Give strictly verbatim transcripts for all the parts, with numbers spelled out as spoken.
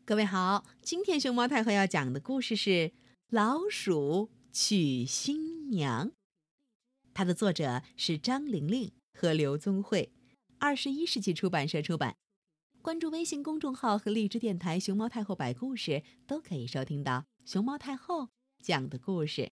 各位好，今天熊猫太后要讲的故事是《老鼠娶新娘》，它的作者是张玲玲和刘宗慧，二十一世纪出版社出版。关注微信公众号和荔枝电台熊猫太后摆故事，都可以收听到熊猫太后讲的故事。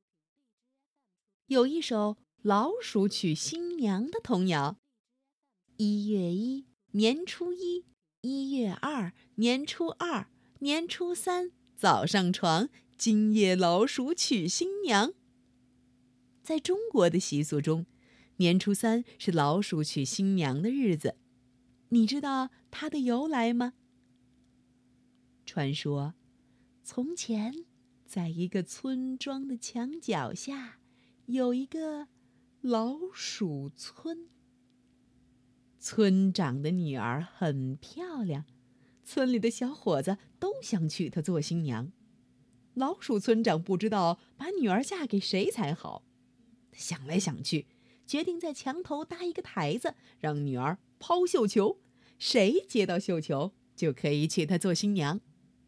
有一首老鼠娶新娘的童谣：一月一，年初一，一月二，年初二，年初三，早上床，今夜老鼠娶新娘。在中国的习俗中，年初三是老鼠娶新娘的日子，你知道它的由来吗？传说，从前，在一个村庄的墙角下，有一个老鼠村。村长的女儿很漂亮，村里的小伙子都想娶她做新娘。老鼠村长不知道把女儿嫁给谁才好，想来想去，决定在墙头搭一个台子，让女儿抛绣球，谁接到绣球就可以娶她做新娘。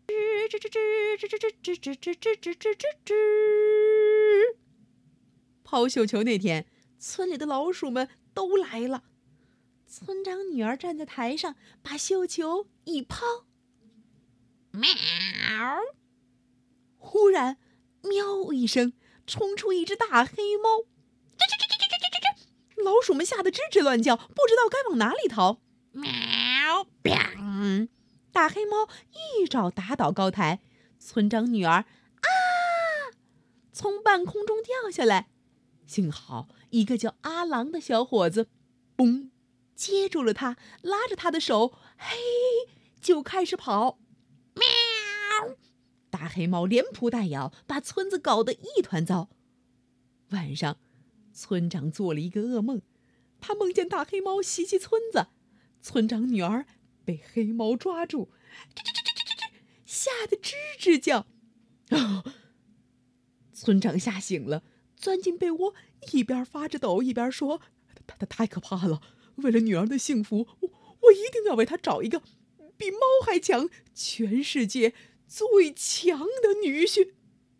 抛绣球那天，村里的老鼠们都来了。村长女儿站在台上，把绣球一抛，喵！忽然，喵一声，冲出一只大黑猫。老鼠们吓得吱吱乱叫，不知道该往哪里逃。喵！砰！大黑猫一爪打倒高台，村长女儿啊，从半空中掉下来。幸好一个叫阿郎的小伙子，嘣！接住了他，拉着他的手，嘿，就开始跑。喵！大黑猫连扑带咬，把村子搞得一团糟。晚上，村长做了一个噩梦，他梦见大黑猫袭击村子，村长女儿被黑猫抓住，吱吱吱吱吱吱，吓得吱吱叫。哦，村长吓醒了，钻进被窝，一边发着抖，一边说：“他他太可怕了。为了女儿的幸福，我我一定要为她找一个比猫还强、全世界最强的女婿。”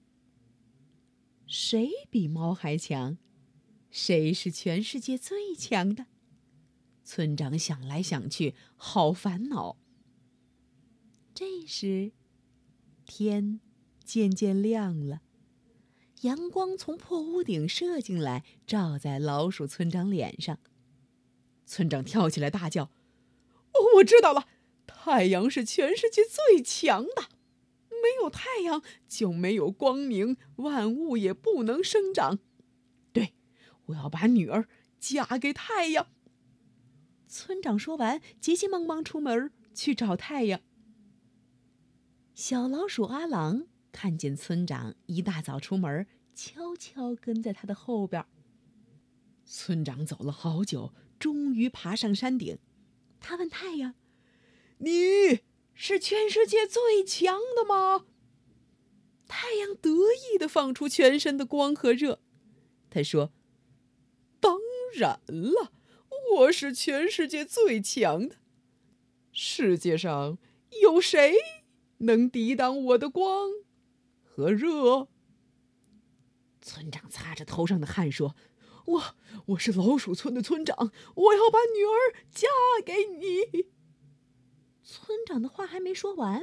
谁比猫还强？谁是全世界最强的？村长想来想去，好烦恼。这时，天渐渐亮了，阳光从破屋顶射进来，照在老鼠村长脸上。村长跳起来大叫：“哦，我知道了，太阳是全世界最强的，没有太阳就没有光明，万物也不能生长。对，我要把女儿嫁给太阳。”村长说完，急急忙忙出门去找太阳。小老鼠阿郎看见村长一大早出门，悄悄跟在他的后边。村长走了好久，终于爬上山顶。他问太阳：“你是全世界最强的吗？”太阳得意地放出全身的光和热。他说：“当然了，我是全世界最强的。世界上有谁能抵挡我的光和热？”村长擦着头上的汗说：“我我是老鼠村的村长，我要把女儿嫁给你。”村长的话还没说完，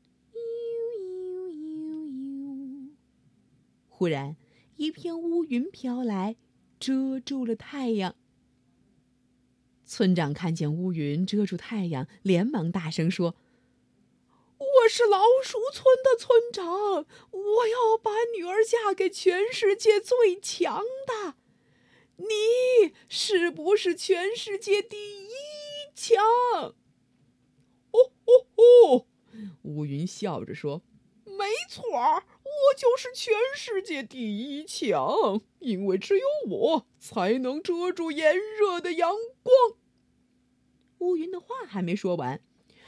忽然一片乌云飘来，遮住了太阳。村长看见乌云遮住太阳，连忙大声说：“我是老鼠村的村长，我要把女儿嫁给全世界最强的。你是不是全世界第一强？”哦哦哦！乌云笑着说：“没错，我就是全世界第一强，因为只有我才能遮住炎热的阳光。”乌云的话还没说完，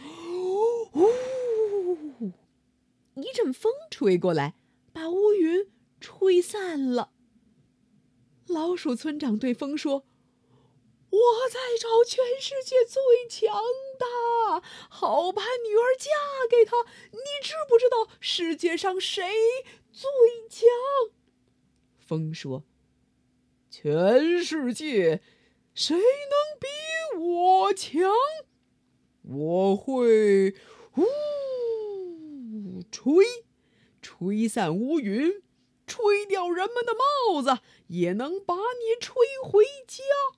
呜，一阵风吹过来，把乌云吹散了。老鼠村长对风说：“ 我在找全世界最强的，好把女儿嫁给他。你知不知道世界上谁最强？”风说：“全世界谁能比我强？我会呜吹，吹散乌云，吹掉人们的帽子，也能把你吹回家。”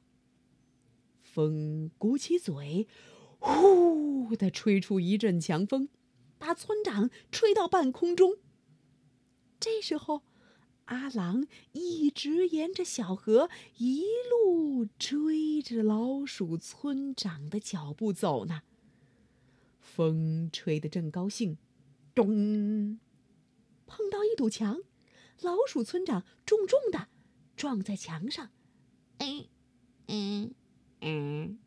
风鼓起嘴，呼地吹出一阵强风，把村长吹到半空中。这时候，阿郎一直沿着小河一路追着老鼠村长的脚步走呢。风吹得正高兴，咚，碰到一堵墙，老鼠村长重重地撞在墙上。嗯嗯嗯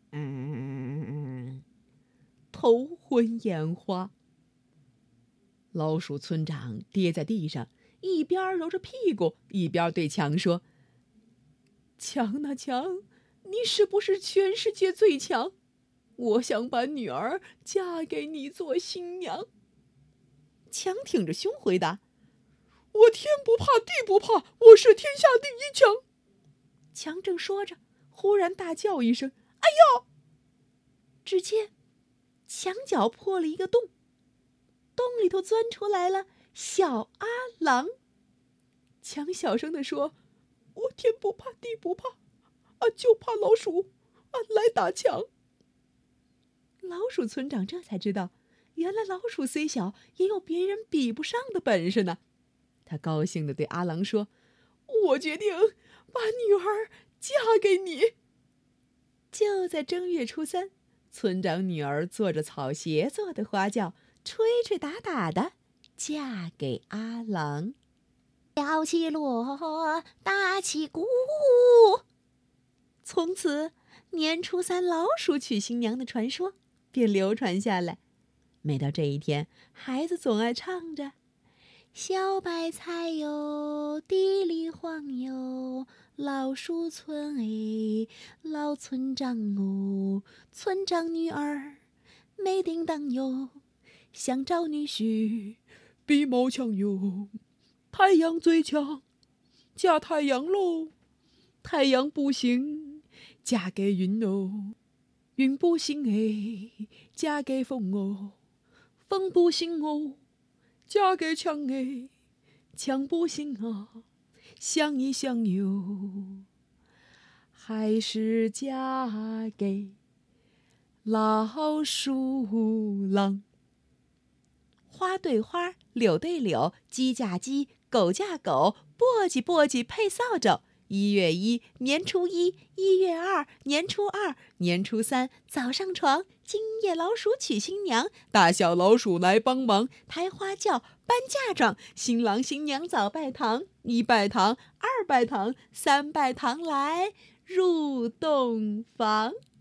嗯，头昏眼花。老鼠村长跌在地上，一边揉着屁股，一边对墙说：“墙啊墙，你是不是全世界最强？我想把女儿嫁给你做新娘。”墙挺着胸回答：“我天不怕地不怕，我是天下第一强。”墙正说着，忽然大叫一声：“哎呦！”只见墙角破了一个洞，洞里头钻出来了小阿郎。墙小声地说：“我天不怕地不怕，啊，就怕老鼠啊来打墙。”老鼠村长这才知道，原来老鼠虽小，也有别人比不上的本事呢。他高兴地对阿郎说：“我决定把女儿嫁给你。”就在正月初三，村长女儿坐着草鞋做的花轿，吹吹打打的嫁给阿郎。摇起锣，打起鼓，从此年初三老鼠娶新娘的传说便流传下来。每到这一天，孩子总爱唱着：“小白菜哟，地里黄哟，老鼠村哎，老村长哦，村长女儿美叮当哟，想找女婿比毛强哟，太阳最强，嫁太阳喽，太阳不行，嫁给云哦，云不行哎，嫁给风哦，风不行哦，嫁给墙哎，墙不行啊，想一想哟，还是嫁给老鼠郎。”花对花，柳对柳，鸡架鸡，狗架狗，簸箕簸箕配扫帚。一月一，年初一；一月二，年初二；年初三，早上床。今夜老鼠娶新娘，大小老鼠来帮忙，抬花轿，搬嫁妆。新郎新娘早拜堂，一拜堂，二拜堂，三拜堂来入洞房。